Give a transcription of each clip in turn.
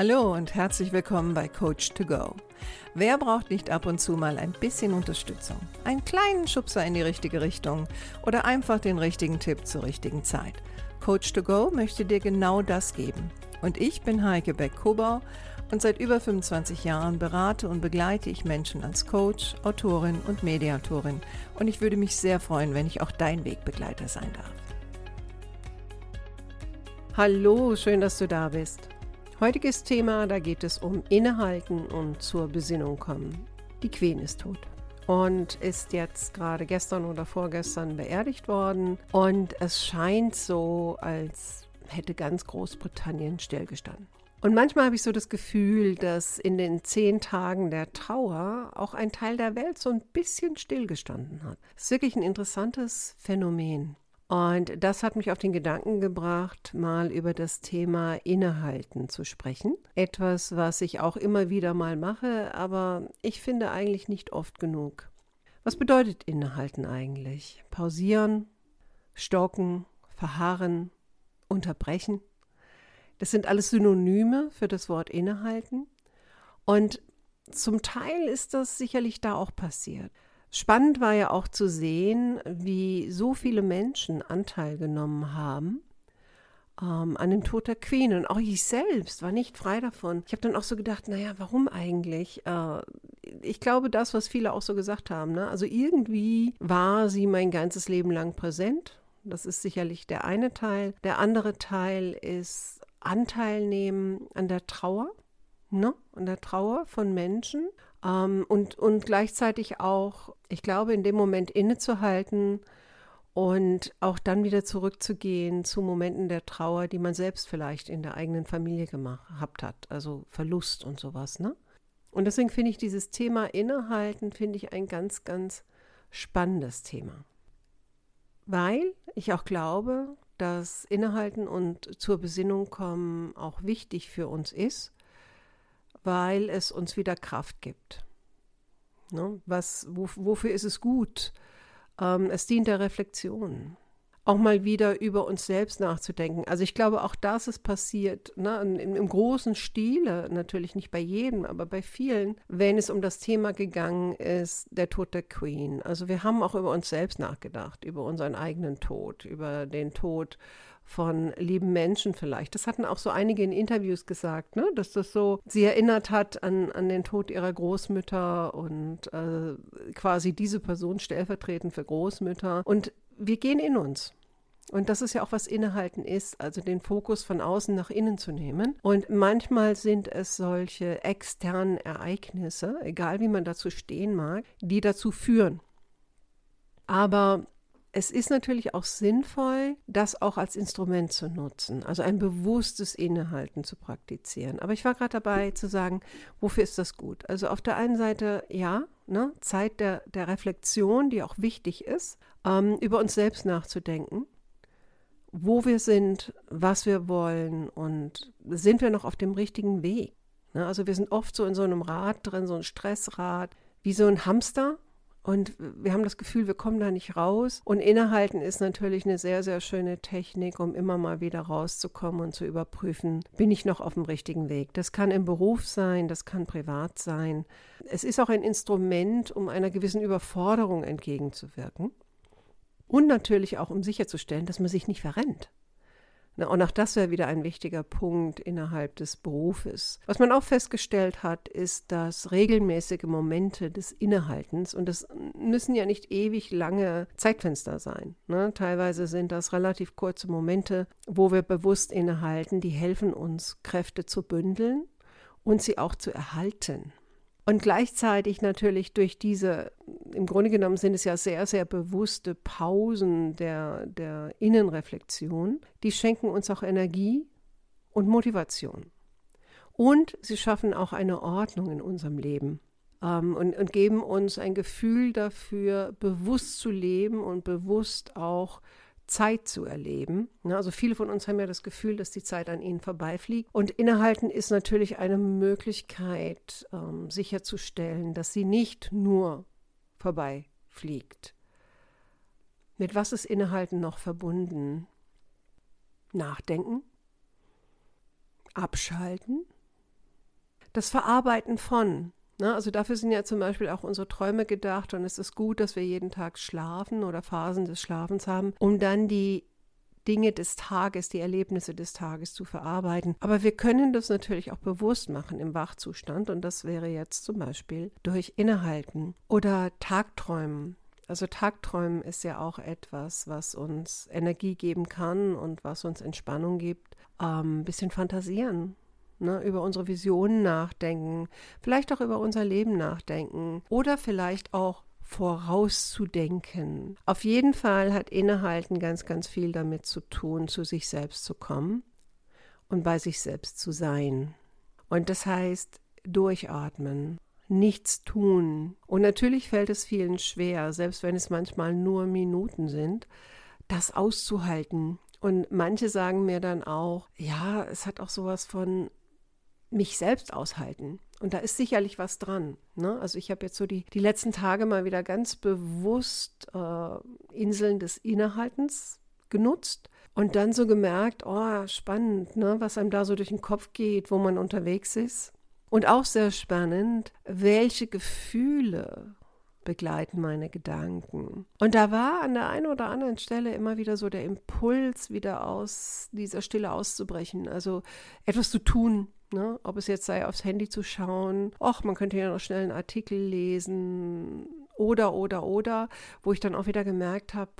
Hallo und herzlich willkommen bei Coach2Go. Wer braucht nicht ab und zu mal ein bisschen Unterstützung? Einen kleinen Schubser in die richtige Richtung oder einfach den richtigen Tipp zur richtigen Zeit? Coach2Go möchte dir genau das geben. Und ich bin Heike Beck-Kobau und seit über 25 Jahren berate und begleite ich Menschen als Coach, Autorin und Mediatorin. Und ich würde mich sehr freuen, wenn ich auch dein Wegbegleiter sein darf. Hallo, schön, dass du da bist. Heutiges Thema, da geht es um Innehalten und zur Besinnung kommen. Die Queen ist tot und ist jetzt gerade gestern oder vorgestern beerdigt worden. Und es scheint so, als hätte ganz Großbritannien stillgestanden. Und manchmal habe ich so das Gefühl, dass in den 10 Tagen der Trauer auch ein Teil der Welt so ein bisschen stillgestanden hat. Das ist wirklich ein interessantes Phänomen. Und das hat mich auf den Gedanken gebracht, mal über das Thema Innehalten zu sprechen. Etwas, was ich auch immer wieder mal mache, aber ich finde eigentlich nicht oft genug. Was bedeutet Innehalten eigentlich? Pausieren, stocken, verharren, unterbrechen. Das sind alles Synonyme für das Wort Innehalten. Und zum Teil ist das sicherlich da auch passiert. Spannend war ja auch zu sehen, wie so viele Menschen Anteil genommen haben an dem Tod der Queen. Und auch ich selbst war nicht frei davon. Ich habe dann auch so gedacht, naja, warum eigentlich? Ich glaube, das, was viele auch so gesagt haben. Ne? Also irgendwie war sie mein ganzes Leben lang präsent. Das ist sicherlich der eine Teil. Der andere Teil ist Anteil nehmen an der Trauer, ne? An der Trauer von Menschen. Und gleichzeitig auch, ich glaube, in dem Moment innezuhalten und auch dann wieder zurückzugehen zu Momenten der Trauer, die man selbst vielleicht in der eigenen Familie gehabt hat, also Verlust und sowas, ne? Und deswegen finde ich dieses Thema Innehalten, finde ich ein ganz, ganz spannendes Thema. Weil ich auch glaube, dass Innehalten und zur Besinnung kommen auch wichtig für uns ist, weil es uns wieder Kraft gibt. Ne? Wofür ist es gut? Es dient der Reflexion. Auch mal wieder über uns selbst nachzudenken. Also ich glaube, auch das ist passiert, ne? Im großen Stile, natürlich nicht bei jedem, aber bei vielen, wenn es um das Thema gegangen ist, der Tod der Queen. Also wir haben auch über uns selbst nachgedacht, über unseren eigenen Tod, über den Tod von lieben Menschen vielleicht. Das hatten auch so einige in Interviews gesagt, ne? Dass das so sie erinnert hat an den Tod ihrer Großmütter und quasi diese Person stellvertretend für Großmütter. Und wir gehen in uns. Und das ist ja auch, was Innehalten ist, also den Fokus von außen nach innen zu nehmen. Und manchmal sind es solche externen Ereignisse, egal wie man dazu stehen mag, die dazu führen. Aber es ist natürlich auch sinnvoll, das auch als Instrument zu nutzen, also ein bewusstes Innehalten zu praktizieren. Aber ich war gerade dabei zu sagen, wofür ist das gut? Also auf der einen Seite, ja, ne, Zeit der Reflexion, die auch wichtig ist, über uns selbst nachzudenken, wo wir sind, was wir wollen und sind wir noch auf dem richtigen Weg? Ne? Also wir sind oft so in so einem Rad drin, so ein Stressrad, wie so ein Hamster. Und wir haben das Gefühl, wir kommen da nicht raus. Und Innehalten ist natürlich eine sehr, sehr schöne Technik, um immer mal wieder rauszukommen und zu überprüfen, bin ich noch auf dem richtigen Weg. Das kann im Beruf sein, das kann privat sein. Es ist auch ein Instrument, um einer gewissen Überforderung entgegenzuwirken. Und natürlich auch, um sicherzustellen, dass man sich nicht verrennt. Und auch das wäre wieder ein wichtiger Punkt innerhalb des Berufes. Was man auch festgestellt hat, ist, dass regelmäßige Momente des Innehaltens, und das müssen ja nicht ewig lange Zeitfenster sein, ne? Teilweise sind das relativ kurze Momente, wo wir bewusst innehalten, die helfen uns, Kräfte zu bündeln und sie auch zu erhalten. Und gleichzeitig natürlich durch diese, im Grunde genommen sind es ja sehr, sehr bewusste Pausen der Innenreflexion, die schenken uns auch Energie und Motivation. Und sie schaffen auch eine Ordnung in unserem Leben und geben uns ein Gefühl dafür, bewusst zu leben und bewusst auch Zeit zu erleben. Also viele von uns haben ja das Gefühl, dass die Zeit an ihnen vorbeifliegt. Und Innehalten ist natürlich eine Möglichkeit, sicherzustellen, dass sie nicht nur vorbeifliegt. Mit was ist Innehalten noch verbunden? Nachdenken, abschalten, das Verarbeiten von. Ne? Also dafür sind ja zum Beispiel auch unsere Träume gedacht und es ist gut, dass wir jeden Tag schlafen oder Phasen des Schlafens haben, um dann die Dinge des Tages, die Erlebnisse des Tages zu verarbeiten. Aber wir können das natürlich auch bewusst machen im Wachzustand und das wäre jetzt zum Beispiel durch Innehalten oder Tagträumen. Also Tagträumen ist ja auch etwas, was uns Energie geben kann und was uns Entspannung gibt. Ein bisschen fantasieren, ne, über unsere Visionen nachdenken, vielleicht auch über unser Leben nachdenken oder vielleicht auch vorauszudenken. Auf jeden Fall hat Innehalten ganz, ganz viel damit zu tun, zu sich selbst zu kommen und bei sich selbst zu sein. Und das heißt, durchatmen, nichts tun. Und natürlich fällt es vielen schwer, selbst wenn es manchmal nur Minuten sind, das auszuhalten. Und manche sagen mir dann auch, ja, es hat auch sowas von mich selbst aushalten. Und da ist sicherlich was dran. Ne? Also ich habe jetzt so die letzten Tage mal wieder ganz bewusst Inseln des Innehaltens genutzt und dann so gemerkt, oh, spannend, ne? Was einem da so durch den Kopf geht, wo man unterwegs ist. Und auch sehr spannend, welche Gefühle begleiten meine Gedanken. Und da war an der einen oder anderen Stelle immer wieder so der Impuls, wieder aus dieser Stille auszubrechen, also etwas zu tun. Ne? Ob es jetzt sei, aufs Handy zu schauen, man könnte ja noch schnell einen Artikel lesen oder, wo ich dann auch wieder gemerkt habe,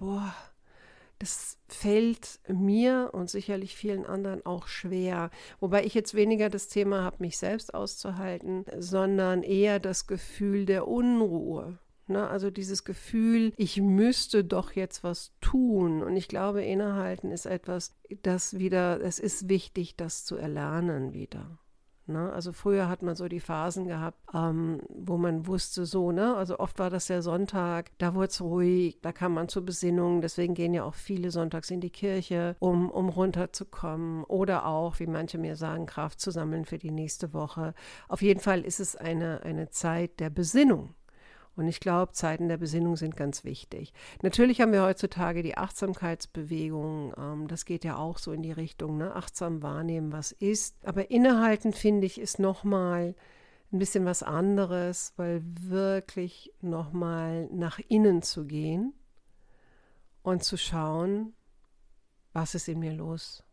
das fällt mir und sicherlich vielen anderen auch schwer. Wobei ich jetzt weniger das Thema habe, mich selbst auszuhalten, sondern eher das Gefühl der Unruhe. Ne? Also dieses Gefühl, ich müsste doch jetzt was tun. Und ich glaube, Innehalten ist etwas, es ist wichtig, das zu erlernen wieder. Ne? Also früher hat man so die Phasen gehabt, wo man wusste so, ne? Also oft war das der Sonntag, da wurde es ruhig, da kam man zur Besinnung, deswegen gehen ja auch viele sonntags in die Kirche, um runterzukommen oder auch, wie manche mir sagen, Kraft zu sammeln für die nächste Woche. Auf jeden Fall ist es eine Zeit der Besinnung. Und ich glaube, Zeiten der Besinnung sind ganz wichtig. Natürlich haben wir heutzutage die Achtsamkeitsbewegung. Das geht ja auch so in die Richtung, ne? Achtsam wahrnehmen, was ist. Aber Innehalten, finde ich, ist nochmal ein bisschen was anderes, weil wirklich nochmal nach innen zu gehen und zu schauen, was ist in mir los.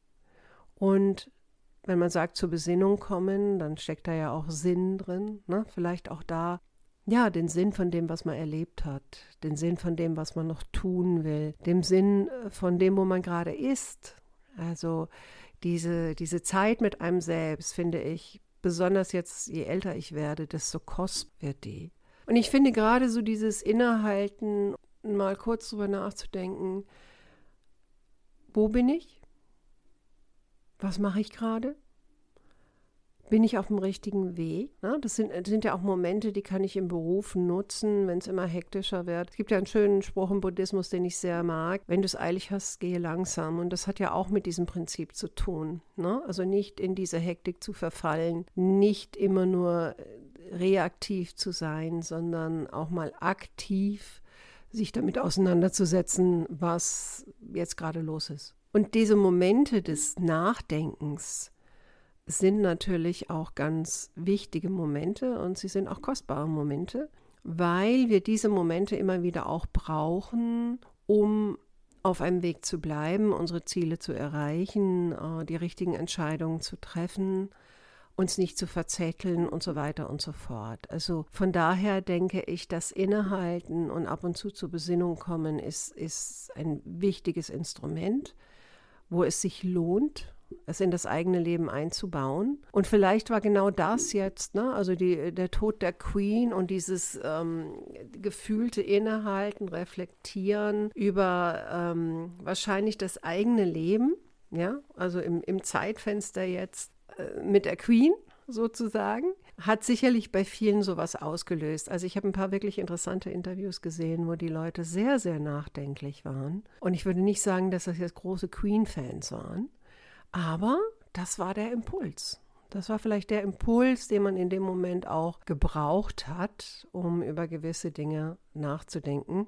Und wenn man sagt, zur Besinnung kommen, dann steckt da ja auch Sinn drin, ne? Vielleicht auch da, ja, den Sinn von dem, was man erlebt hat, den Sinn von dem, was man noch tun will, dem Sinn von dem, wo man gerade ist. Also diese Zeit mit einem selbst, finde ich, besonders jetzt, je älter ich werde, desto kostbarer wird die. Und ich finde gerade so dieses Innehalten, mal kurz drüber nachzudenken, wo bin ich? Was mache ich gerade? Bin ich auf dem richtigen Weg? Ne? Das sind ja auch Momente, die kann ich im Beruf nutzen, wenn es immer hektischer wird. Es gibt ja einen schönen Spruch im Buddhismus, den ich sehr mag. Wenn du es eilig hast, gehe langsam. Und das hat ja auch mit diesem Prinzip zu tun. Ne? Also nicht in diese Hektik zu verfallen, nicht immer nur reaktiv zu sein, sondern auch mal aktiv sich damit auseinanderzusetzen, was jetzt gerade los ist. Und diese Momente des Nachdenkens sind natürlich auch ganz wichtige Momente und sie sind auch kostbare Momente, weil wir diese Momente immer wieder auch brauchen, um auf einem Weg zu bleiben, unsere Ziele zu erreichen, die richtigen Entscheidungen zu treffen, uns nicht zu verzetteln und so weiter und so fort. Also von daher denke ich, das Innehalten und ab und zu zur Besinnung kommen ist ein wichtiges Instrument, wo es sich lohnt, es in das eigene Leben einzubauen. Und vielleicht war genau das jetzt, ne? Also der Tod der Queen und dieses gefühlte Innehalten, Reflektieren über wahrscheinlich das eigene Leben, ja, also im Zeitfenster jetzt mit der Queen sozusagen, hat sicherlich bei vielen sowas ausgelöst. Also ich habe ein paar wirklich interessante Interviews gesehen, wo die Leute sehr, sehr nachdenklich waren. Und ich würde nicht sagen, dass das jetzt große Queen-Fans waren, aber das war der Impuls. Das war vielleicht der Impuls, den man in dem Moment auch gebraucht hat, um über gewisse Dinge nachzudenken.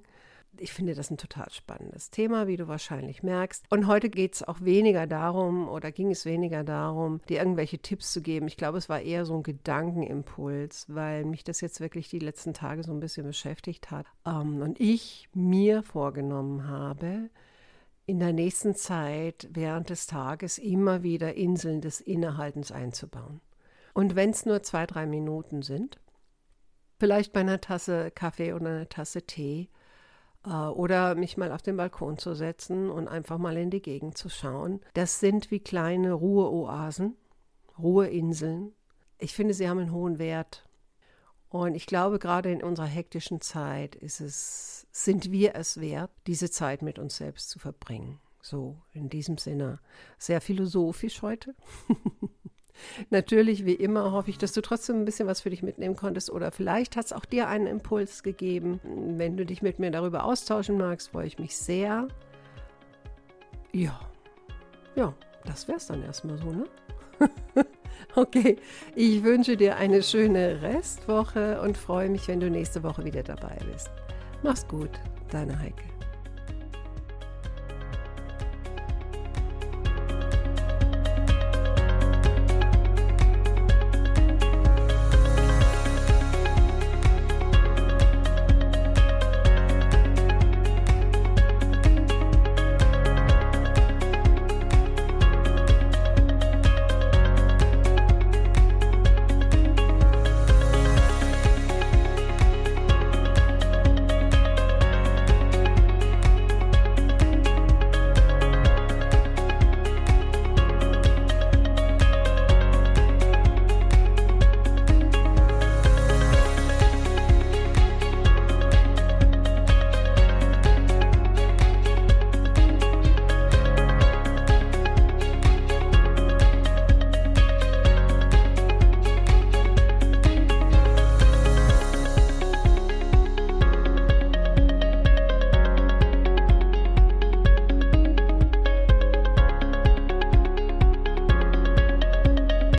ich finde das ein total spannendes Thema, wie du wahrscheinlich merkst. Und heute geht es auch weniger darum oder ging es weniger darum, dir irgendwelche Tipps zu geben. Ich glaube, es war eher so ein Gedankenimpuls, weil mich das jetzt wirklich die letzten Tage so ein bisschen beschäftigt hat. Und ich mir vorgenommen habe, in der nächsten Zeit während des Tages immer wieder Inseln des Innehaltens einzubauen. Und wenn es nur 2-3 Minuten sind, vielleicht bei einer Tasse Kaffee oder einer Tasse Tee, oder mich mal auf den Balkon zu setzen und einfach mal in die Gegend zu schauen. Das sind wie kleine Ruheoasen, Ruheinseln. Ich finde, sie haben einen hohen Wert. Und ich glaube, gerade in unserer hektischen Zeit sind wir es wert, diese Zeit mit uns selbst zu verbringen. So, in diesem Sinne, sehr philosophisch heute. Natürlich, wie immer, hoffe ich, dass du trotzdem ein bisschen was für dich mitnehmen konntest oder vielleicht hat es auch dir einen Impuls gegeben. Wenn du dich mit mir darüber austauschen magst, freue ich mich sehr. Ja, das wäre es dann erstmal so, ne? Okay, ich wünsche dir eine schöne Restwoche und freue mich, wenn du nächste Woche wieder dabei bist. Mach's gut, deine Heike.